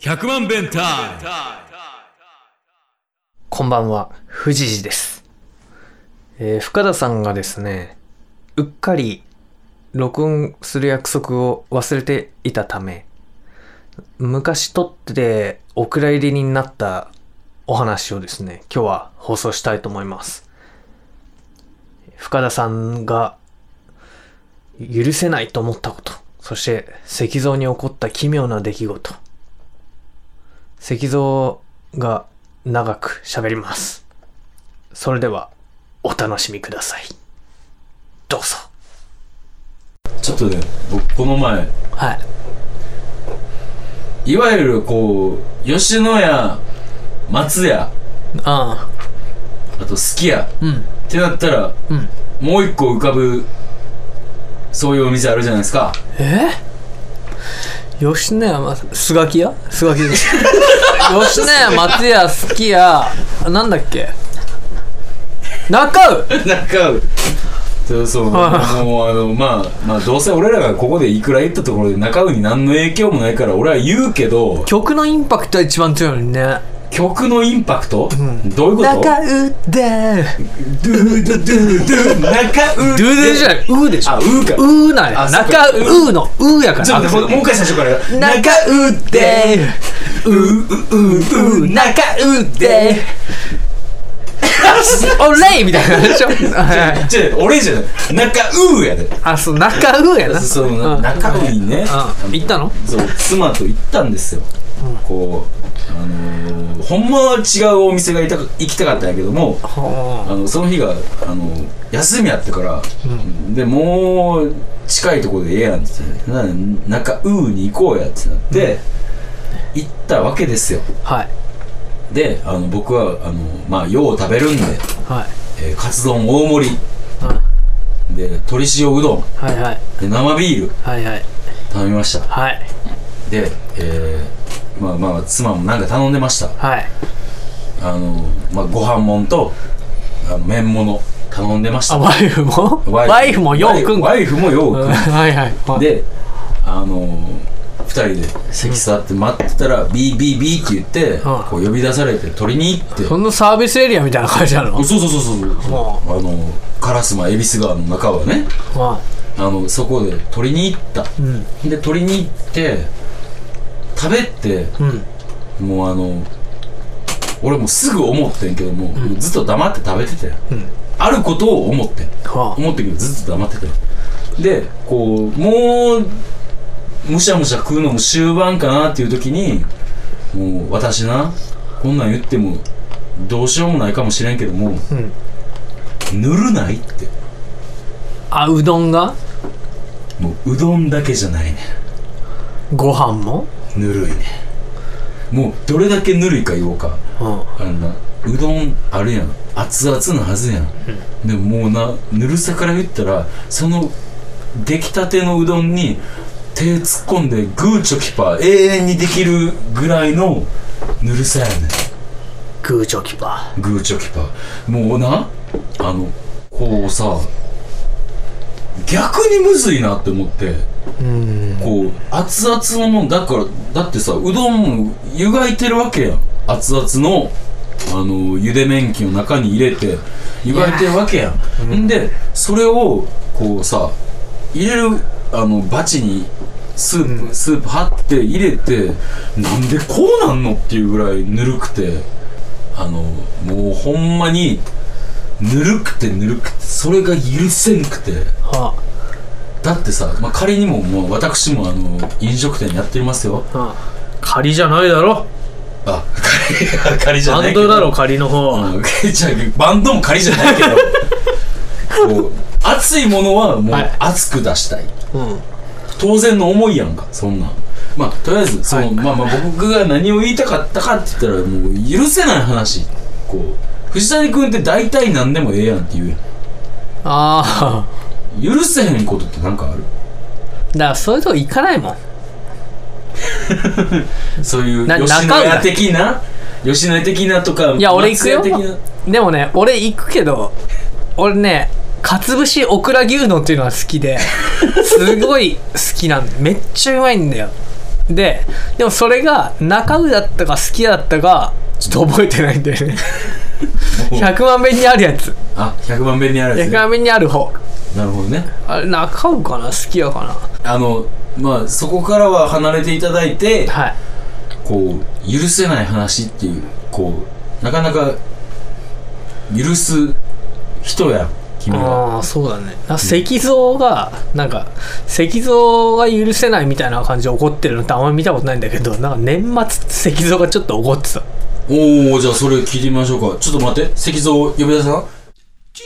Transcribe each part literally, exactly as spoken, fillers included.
ひゃくまん弁タイム。 こんばんは、藤次です。えー、深田さんがですね、うっかり録音する約束を忘れていたため、昔撮ってお蔵入りになったお話をですね、今日は放送したいと思います。深田さんが許せないと思ったこと、そして石像に起こった奇妙な出来事。石像が長く喋ります。それではお楽しみください。どうぞ。 ちょっとね、僕この前、 はい。 いわゆるこう吉野家、松屋、 ああとすき家、 うん、 ってなったら、うん、もう一個浮かぶそういうお店あるじゃないですか。 えー、吉野家、ま、スガキ屋スガキです吉野家、松屋、すき家、なんだっけ、中尾中尾そうそうもうあのまあまあどうせ俺らがここでいくら言ったところで中尾に何の影響もないから俺は言うけど、 曲のインパクトは一番強いのにね。 曲のインパクト、うん、どういうこと？ 中尾でードゥードゥドゥドゥ中尾ドゥドゥじゃない、うーでしょ。 あ、うーか。 うーなんや。中尾うーのうーやから。 ちょっともう一回最初から。 中尾でーうーうーうー中尾でーおれいみたいなでしょ。 じゃあ俺じゃない中尾やで。 あ、そう中尾やな。 そう、中尾にね行ったの？ そう、妻と行ったんですよ。こうあのー、ほんまは違うお店がいた行きたかったんやけども、あのその日があの休みやったから、うん、でもう近いところでええやんって言って中尾に行こうやってなって、うん、行ったわけですよ。はい。であの僕はあの、まあ、よう食べるんで、はい、えー、カツ丼大盛り、はい、で鶏塩うどん、はいはい、で生ビール、はいはい、頼みました。はい。で、えー、まあまあ妻もなんか頼んでました。はい。あのまあご飯もんとあの麺物頼んでました。 あ、ワイフもワイフ、ワイフもようくんワイフもようくんはいはい、はい、 であのふたりで席座って待ってたら、うん、ビービービーって言って、うん、こう呼び出されて取りに行って。 そんなサービスエリアみたいな感じなの？ そうそうそうそう、うん、あの烏丸恵比寿川の中はね、うん、あのそこで取りに行った、うん、で取りに行って食べて、うん、もうあの俺もすぐ思ってんけども、うん、ずっと黙って食べてて、うん、あることを思って、はあ、思ってんけどずっと黙ってて、でこうもうむしゃむしゃ食うのも終盤かなっていう時に、もう私なこんなん言ってもどうしようもないかもしれんけども、うん、ぬるないって。 あ、うどんがもううどんだけじゃないね、 ご飯もぬるいね。もうどれだけぬるいか言おうか、うん、あのなうどんあるやん、熱々のはずやん、うん、でももうなぬるさから言ったらその出来たてのうどんに手突っ込んでグーチョキパー永遠にできるぐらいのぬるさやねん。 グーチョキパーグーチョキパーもうなあのこうさ逆にむずいなって思って、うん、こう熱々のもんだから、だってさうどん湯がいてるわけやん。熱々のあのゆで麺機の中に入れて湯がいてるわけやん、うん、でそれをこうさ入れるあのバチにスープ、うん、スープ張って入れて、なんでこうなんのっていうぐらいぬるくて、あのもうほんまにぬるくてぬるくてそれが許せんくて、はあ、だってさ、まあ、仮にももう私もあの飲食店やってますよ、はあ、仮じゃないだろ。 あ、仮、仮じゃないけどバンドだろ仮の方は、うん、 じゃバンドも仮じゃないけどこう熱いものはもう熱く出したい、はい、うん、当然の思いやんかそんなん。まあとりあえずその、はい、まあまあ僕が何を言いたかったかって言ったらもう許せない話。こう藤谷君って大体何でもええやんって言うやん。ああ許せへんことってなんかある？ だからそういうとこ行かないもんそういう吉野家的な吉野家的なとか。 いや俺行くよ。でもね俺行くけど俺ねかつぶしオクラ牛丼っていうのが好きですごい好きなんでめっちゃうまいんだよ。 ででもそれが中身だったか好きだったかちょっと覚えてないんだよねひゃくまんべんにあるやつ。 あ、ひゃくまんべんにあるやつ、ね、 ひゃくまんべんにある方。 なるほどね。 あれ中身かな好きやかな。 あのまあそこからは離れていただいて、 はい、 こう許せない話っていう、こうなかなか許す人や君は。 ああそうだね。石像がなんか石像が許せないみたいな感じで怒ってるのってあんまり見たことないんだけど、なんか年末石像がちょっと怒ってた。 おお、じゃあそれ聞いてみましょうか。ちょっと待って、石像呼び出さな。チン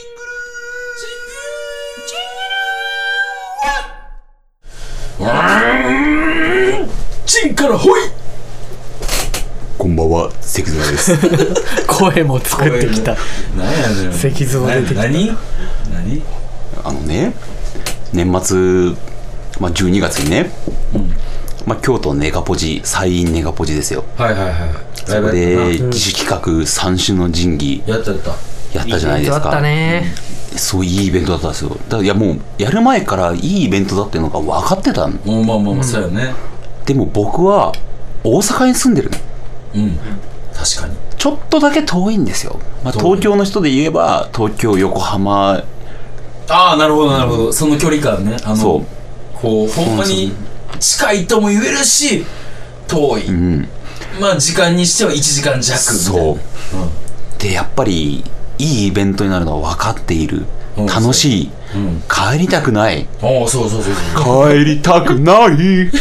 グルーチングルーワーンチンからほい。 こんばんは、石像です。 声も作ってきた。 何やねん。 石像出てきた。 何何あのね、年末、まあ、じゅうにがつにね、うんまあ、京都ネガポジ、山陰ネガポジですよ。 はいはいはい。 そこで自主企画三種の神器やったやったやったじゃないですか。 イベントだったね。 そういいイベントだったんですよ。だからいやもうやる前からいいイベントだっていうのが分かってたの。 もうまあまあまあそうやね。 でも僕は大阪に住んでるの。 うん、確かにちょっとだけ遠いんですよ。まあ、東京の人で言えば東京横浜。 ああなるほどなるほど、その距離感ね。あのそうこうほんまに近いとも言えるし遠い、うん、まあ時間にしてはいちじかん弱みたいな。 そう、うん、でやっぱりいいイベントになるのは分かっている、うん、楽しい、うん、帰りたくない。 ああそうそうそうそう帰りたくない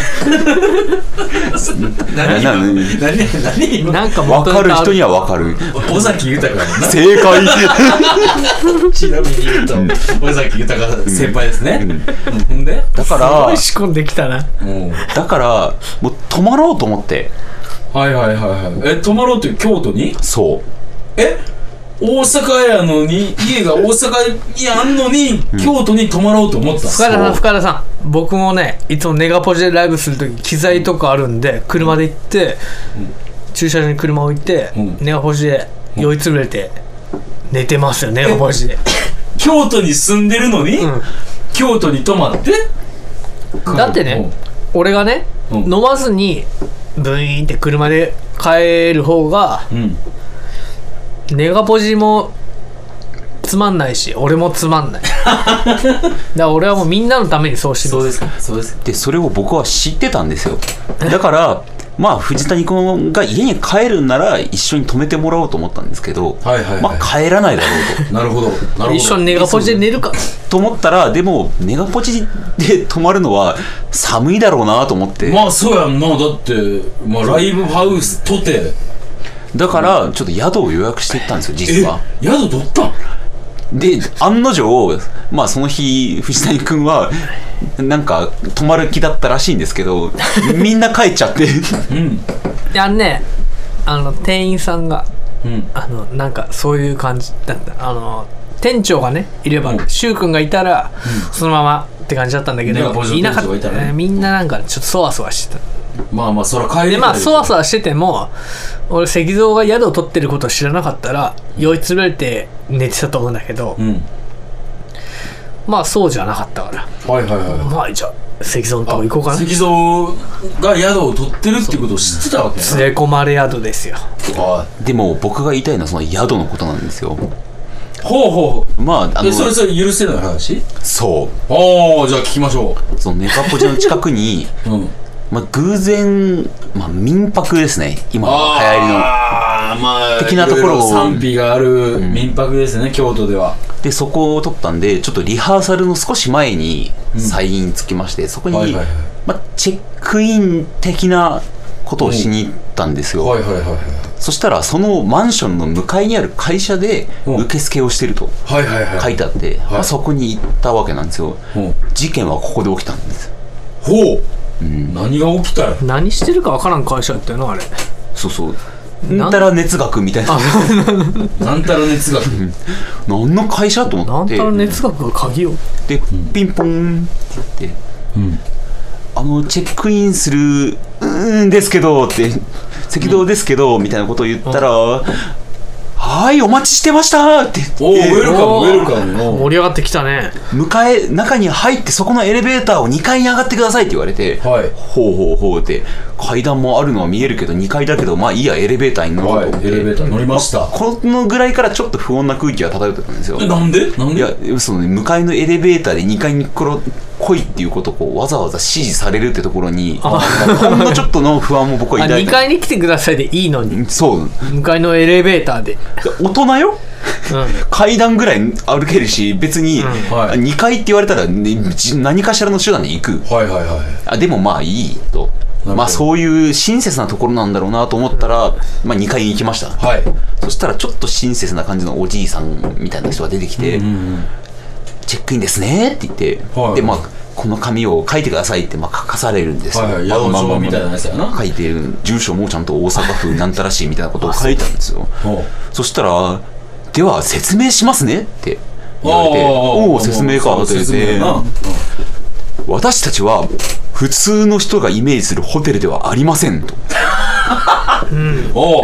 何何何何なんか分かる人には分かる。 尾崎豊やな。 正解ちなみに言うと尾崎豊先輩ですね。ほ、うん、んでだからすごい仕込んできたな。 だからもう泊まろうと思って。 はいはいはいはい。え泊まろうって京都に？ そう。 え大阪やのに家が大阪にあんのに、うん、京都に泊まろうと思った。 深田さん深田さん僕もねいつもネガポジでライブするとき機材とかあるんで車で行って、うん、駐車場に車置いて、うん、ネガポジで酔いつぶれて寝てますよ、うん、ネガポジで京都に住んでるのに、うん、京都に泊まってだってね、うん、俺がね、うん、飲まずにブイーンって車で帰る方が、うんネガポジもつまんないし俺もつまんないだから俺はもうみんなのためにそうしてる。 そうですかそうです。 でそれを僕は知ってたんですよ。だからまあ藤谷君が家に帰るなら一緒に泊めてもらおうと思ったんですけど、はいはいはい、まあ帰らないだろうとなるほどなるほど。 一緒にネガポジで寝るかと思ったらでもネガポジで泊まるのは寒いだろうなと思って。 まあそうやんな。だって、まあ、ライブハウスとてだからちょっと宿を予約していったんですよ実は。 え宿取ったで案の定まあその日藤谷君はなんか泊まる気だったらしいんですけどみんな帰っちゃって、うん、 いやねあの店員さんが、うん、あのなんかそういう感じだった。あの店長がねいれば柊、うん、君がいたら、うん、そのままって感じだったんだけど、いなかった、ね、みんななんかちょっとそわそわしてた。 まあまあそら帰りでまあそわそわしてても俺石像が宿を取ってることを知らなかったら酔いつぶれて寝てたと思うんだけど、うん、まあそうじゃなかったからはいはいはい。 まあじゃあ石像のとこ行こうかな。 石像が宿を取ってるっていうことを知ってたわけやな。 連れ込まれ宿ですよ。 あでも僕が言いたいのはその宿のことなんですよ。 ほうほう。 まああのそれそれ許せない話。 そうああじゃあ聞きましょう。そのネガポジの近くに、うんまあ、偶然、まあ、民泊ですね今流行りのあ、まあ、 的なところを賛否がある民泊ですね、うん、京都では。 でそこを取ったんでちょっとリハーサルの少し前にサインつきまして、うん、そこに、はいはいはいまあ、チェックイン的なことをしに行ったんですよ、うんはいはいはいはい、そしたらそのマンションの向かいにある会社で受付をしてると書いてあって、まあ、そこに行ったわけなんですよ、うん、事件はここで起きたんです。 ほううん、何が起きたよ。 何してるか分からん会社やったよなあれ。 そうそうなんたら熱学みたいななんたら熱学何の会社と思ってなんたら熱学が鍵をで、うん、ピンポンって言って、うん、あのチェックインするうんですけどって赤道ですけど、うん、みたいなことを言ったら、うん、ははいお待ちしてましたって言って、 おーウェルカムウェルカム。 盛り上がってきたね。 迎え中に入ってそこのエレベーターをにかいに上がってくださいって言われて、 はい、 ほうほうほうって、階段もあるのは見えるけどにかいだけどまあいいやエレベーターに乗ろうと思って、 はい、エレベーター乗りました。 このぐらいからちょっと不穏な空気が漂ってたんですよ。 なんでなんで？ いやその、ね、向かいのエレベーターでにかいに来いっていうことをこうわざわざ指示されるってところにほんのちょっとの不安も僕は抱いて、 にかいに来てくださいでいいのに、 そう向かいのエレベーターで大人よ、うん、階段ぐらい歩けるし別に、うん、にかいって言われたら、ね、何かしらの手段で行く、 はいはいはい、 あでもまあいいと、まあそういう親切なところなんだろうなと思ったら、まあにかいに行きました、はい、そしたらちょっと親切な感じのおじいさんみたいな人が出てきて、うんうんうん、チェックインですねって言って、はい、でまあこの紙を書いてくださいってまあ書かされるんですよ、はいはい、 宿帳みたいなやつやな、 書いてる住所もちゃんと大阪府なんたら市みたいなことを書いたんですよそしたらでは説明しますねって言われて、おお説明かって言って、私たちは普通の人がイメージするホテルではありませんと、 うん、お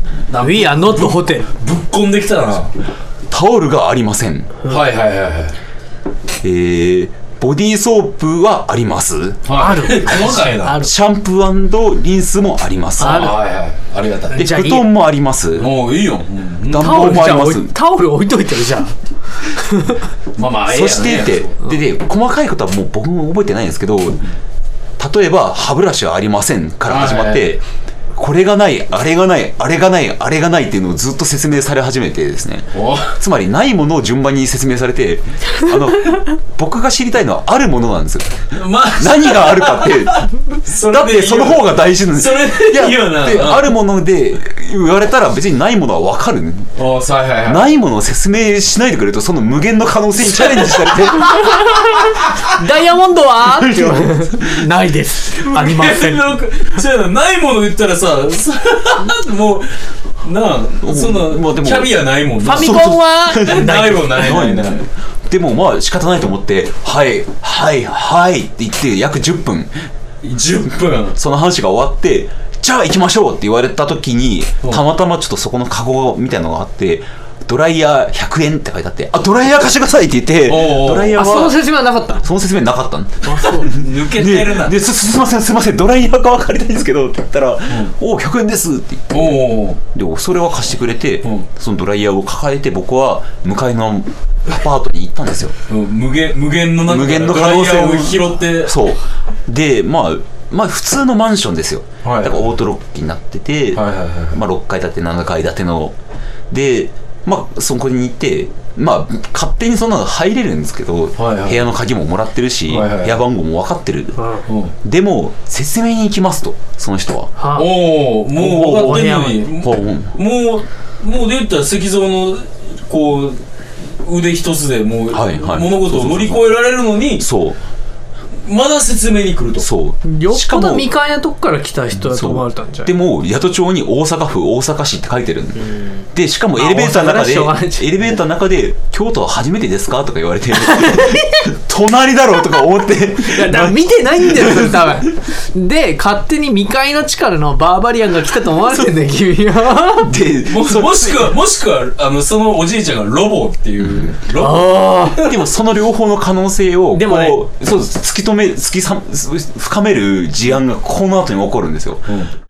We are not hotel。 ぶっこんできたな。 タオルがありません、 うん、はいはいはいはい。 えーボディーソープはあります、はい、 ある細かいな。 シャンプー&リンスもあります、 ある、 はいはい、ありがたい。 で布団もあります。 もういいよ、 うん、暖房もあります。 タオル置いといてるじゃんまあまあ、 そしてて、うん、でで細かいことはもう僕も覚えてないんですけど、例えば歯ブラシはありませんから始まって、はいはい、これがないあれがないあれがないあれがないっていうのをずっと説明され始めてですね、つまりないものを順番に説明されて、あの僕が知りたいのはあるものなんですよ、まあ、何があるかってだってその方が大事なんですよ。 それでいいよな。 であるもので言われたら別にないものは分かる、ね、 おはいはいはい、 ないものを説明しないでくれるとその無限の可能性にチャレンジされてダイヤモンドはって言われてないですありませんそうやな、ないもの言ったらさもうなあ、そんな、まあ、でもキャビアないもんな。 ファミコンはないもんないないない。 でもまあ仕方ないと思ってはいはいはいって言って約じゅっぷんじゅっぷんその話が終わって、じゃあ行きましょうって言われた時にたまたまちょっとそこのカゴみたいなのがあって、ドライヤーひゃくえんって書いてあって、あドライヤー貸してくださいって言って、 おうおうドライヤーはその説明はなかった。 その説明なかったん。 あそう抜けてるな。 で、ですすいませんすいませんドライヤーが借りたいんですけどって言ったら、うん、おひゃくえんですって言って、おうでそれは貸してくれて、うん、そのドライヤーを抱えて僕は向かいのアパートに行ったんですよ。 無限無限の中無限の可能性を拾って、 そうでまあまあ普通のマンションですよ、はい、だからオートロックになってて、はいはいはい、まあ、ろっかい建てななかい建てので、まあそこに行ってまあ勝手にそんなの入れるんですけど、はいはい、部屋の鍵ももらってるし、はいはい、部屋番号も分かってる、はい、でも説明に行きますとその人は、 はおおもう分かってんのにもうもうで言ったら石像のこう腕一つでもう、はいはい、物事を乗り越えられるのに、そうまだ説明に来ると。 そうよっぽど未開なとこから来た人だと思われたんじゃない。 でも宿帳に大阪府大阪市って書いてるんで、しかもエレベーターの中でエレベーターの中で京都は初めてですかとか言われて隣だろうとか思っていやだから見てないんだよそれ多分で勝手に未開の地からのバーバリアンが来たと思われてんだよ君はで も, もしくはもしくはあのそのおじいちゃんがロボっていう、うん、ロボでもその両方の可能性をこうでも、ね、そう突き止め突きさ深める事案がこの後に起こるんですよ、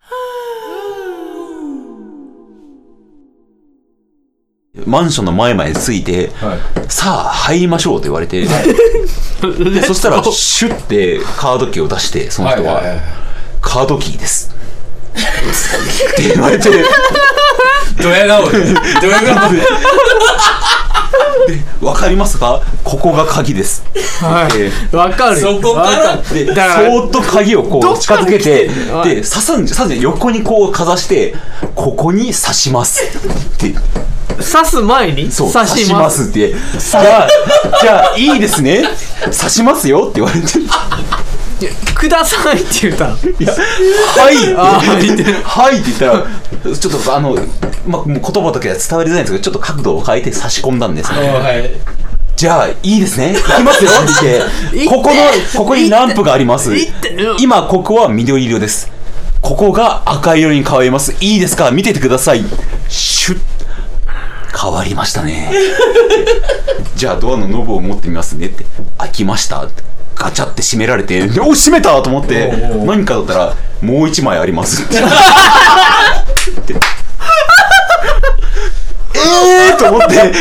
うん、マンションの前まで着いて、はい、さあ入りましょうと言われて、はい、でそしたらシュッてカードキーを出してその人は、はいはいはい、カードキーですって言われてドヤ顔でドヤ顔でわかりますかここが鍵です、 はい、わかるそこからでそーっと鍵をこう近づけてで刺すんじゃ刺す横にこうかざしてここに刺しますって刺す前にそう刺しますってじゃあじゃあいいですね刺しますよって言われてくださいって言ったの。いやはいってはいって言ったらちょっとあの、まあ、もう言葉だけは伝わりづらいんですけどちょっと角度を変えて差し込んだんですね、はい、じゃあいいですね行きますよって言ってここのここにランプがあります今ここは緑色ですここが赤色に変わりますいいですか見ててくださいシュッ変わりましたね。じゃあドアのノブを持ってみますねって開きましたってガチャって閉められて、お閉めたと思っておうおう何かだったらもう一枚ありますってえーと思って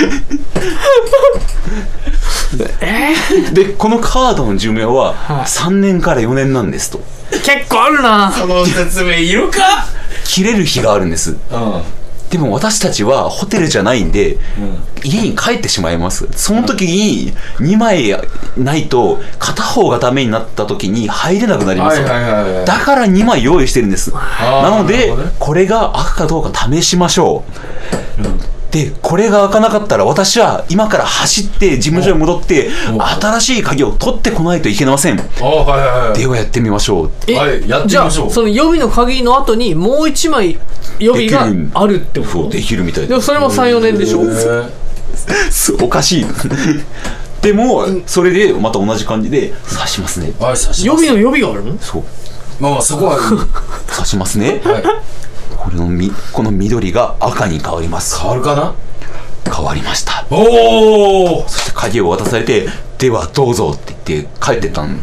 でこのカードの寿命はさんねんからよねんなんですと。 結構あるな。 その説明いるか。 切れる日があるんです、うん、でも私たちはホテルじゃないんで、うん、家に帰ってしまいます。その時ににまいないと片方がダメになった時に入れなくなります、はいはいはいはい、だからにまい用意してるんです。なので、ね、これが開くかどうか試しましょう、うんでこれが開かなかったら私は今から走って事務所に戻って新しい鍵を取ってこないといけません。はいはいはい、ではやってみましょう。 え、はい、やってみましょう。じゃあその予備の鍵の後にもう一枚予備があるってこと？ そうできるみたいでもそれも さん,よ 年でしょ。 おかしいでもそれでまた同じ感じで刺しますね。 はい、刺します。予備の予備があるの？ そう。 まあそこは刺しますね。はい。これのみこの緑が赤に変わります。 変わるかな？ 変わりました。 おお。 そして鍵を渡されて、ではどうぞって言って帰ってったん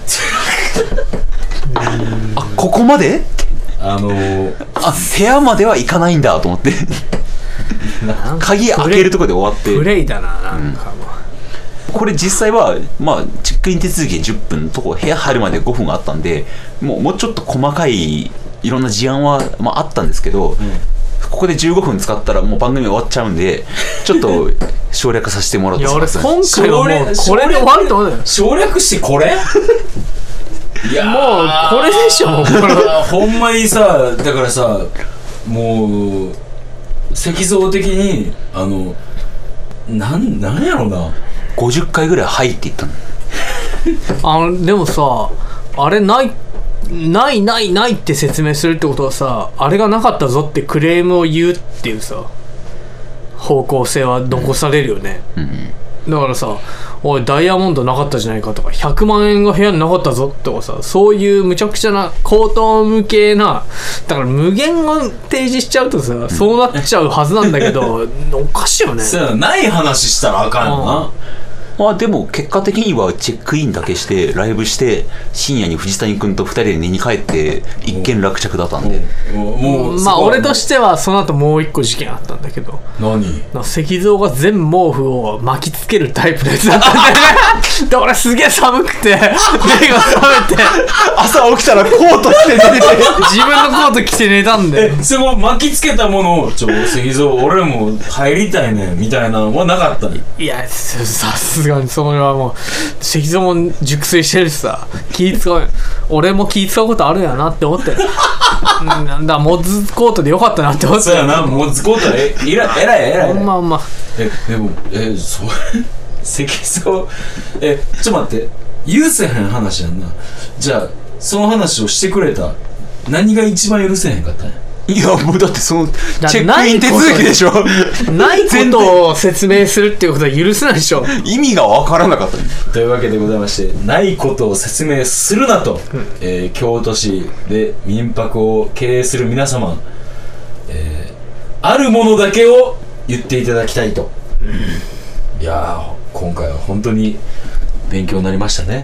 あ、ここまで？ あのー、 あ、部屋までは行かないんだと思って鍵開けるところで終わってプレイだな、なんかもう、 うん、これ実際はまあチェックイン手続きじゅっぷんのとこ部屋入るまでごふんあったんで、もうもうちょっと細かいいろんな事案は、まあ、あったんですけど、うん、ここでじゅうごふん使ったらもう番組終わっちゃうんでちょっと省略させてもらっていや俺今回はもうこれで終わると思うよ。 省略してこれいやもうこれでしょ。 ほんまにさ、だからさ、もう石像的にあのなんなんやろうな、 ごじゅっかいぐらい入っていったのあのでもさ、あれないないないないって説明するってことはさ、あれがなかったぞってクレームを言うっていうさ方向性は残されるよね、うんうん、だからさ、おいダイヤモンドなかったじゃないかとかひゃくまんえんが部屋になかったぞとかさ、そういうむちゃくちゃな口頭無形な、だから無限を提示しちゃうとさ、うん、そうなっちゃうはずなんだけどおかしいよね。 そうない話したらあかんよな。 まあでも結果的にはチェックインだけしてライブして深夜に藤谷君とふたりで寝に帰って一件落着だったんで、 もうもうまあ俺としてはその後もう一個事件あったんだけど、 何石像が全毛布を巻きつけるタイプのやつだったんだよね。で俺すげえ寒くて目が覚めて朝起きたらコート着て寝てて自分のコート着て寝たんで、 えその巻きつけたものをちょ石像俺も入りたいねみたいなのはなかったね。 いやさすがそれはもう石像も熟睡してるしさ、気使う俺も気使うことあるんやなって思ってなんだモッズコートでよかったなって思って。 そうやな、モッズコートええらいえらいえらいほんまほんま。 えでもえそう石像えちょっと待って、許せへん話やんな。じゃあその話をしてくれた何が一番許せへんかったんや。 いやもうだってそのチェックイン手続きでしょ。 ないことを説明するっていうことは許せないでしょ。 意味が分からなかったというわけでございまして、ないことを説明するなと、うんえー、京都市で民泊を経営する皆様、えー、あるものだけを言っていただきたいと、うん、いやー今回は本当に勉強になりましたね。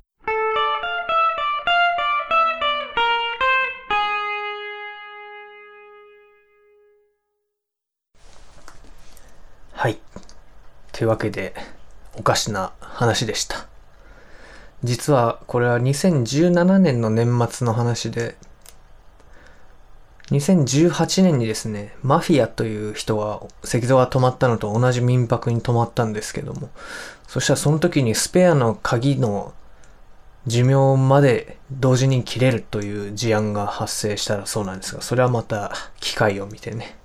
はい。というわけで、おかしな話でした。実はこれはにせんじゅうななねんの年末の話で、にせんじゅうはちねんにですね、マフィアという人が石像が泊まったのと同じ民泊に泊まったんですけども、そしたらその時にスペアの鍵の寿命まで同時に切れるという事案が発生したらそうなんですが、それはまた機会を見てね。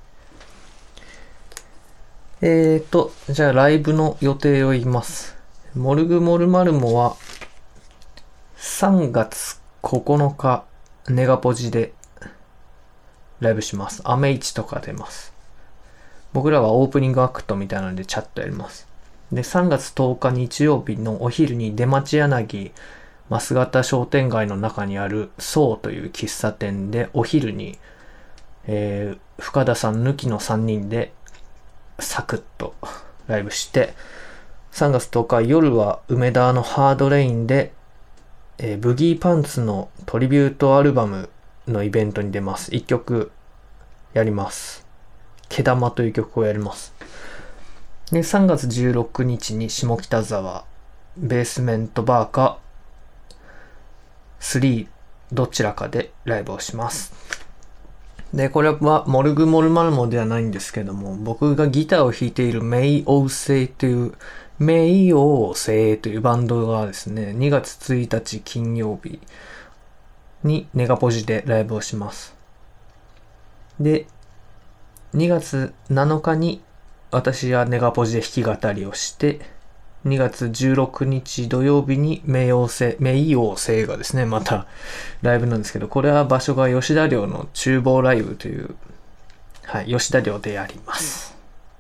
えーと、じゃあライブの予定を言います。モルグモルマルモはさんがつここのかネガポジでライブします。アメイチとか出ます。僕らはオープニングアクトみたいなのでチャットやります。で、さんがつとおか日曜日のお昼に出町柳増形商店街の中にあるソーという喫茶店でお昼に、えー、深田さん抜きのさんにんでサクッとライブして、さんがつとおか夜は梅田のハードレインで、えー、ブギーパンツのトリビュートアルバムのイベントに出ます。いっきょくやります。毛玉という曲をやります。で、さんがつじゅうろくにちに下北沢ベースメントバーかスリーどちらかでライブをします。で、これはモルグモルマルモではないんですけども、僕がギターを弾いているメイオウセイというメイオウセイというバンドがですね、にがつついたち金曜日にネガポジでライブをします。で、にがつなのかに私はネガポジで弾き語りをして、にがつじゅうろくにち土曜日にメイオウセイ、メイオウセイがですね、またライブなんですけど、これは場所が吉田寮の厨房ライブという、はい、吉田寮でやります。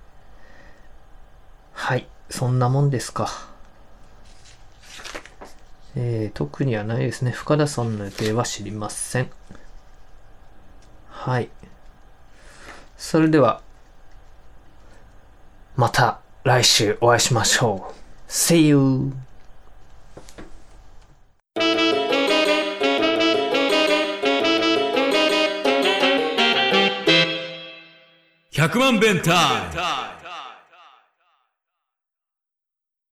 はい、そんなもんですか。えー、特にはないですね。深田さんの予定は知りません。はい。それでは、また来週お会いしましょう。See you! ひゃくまん弁タイム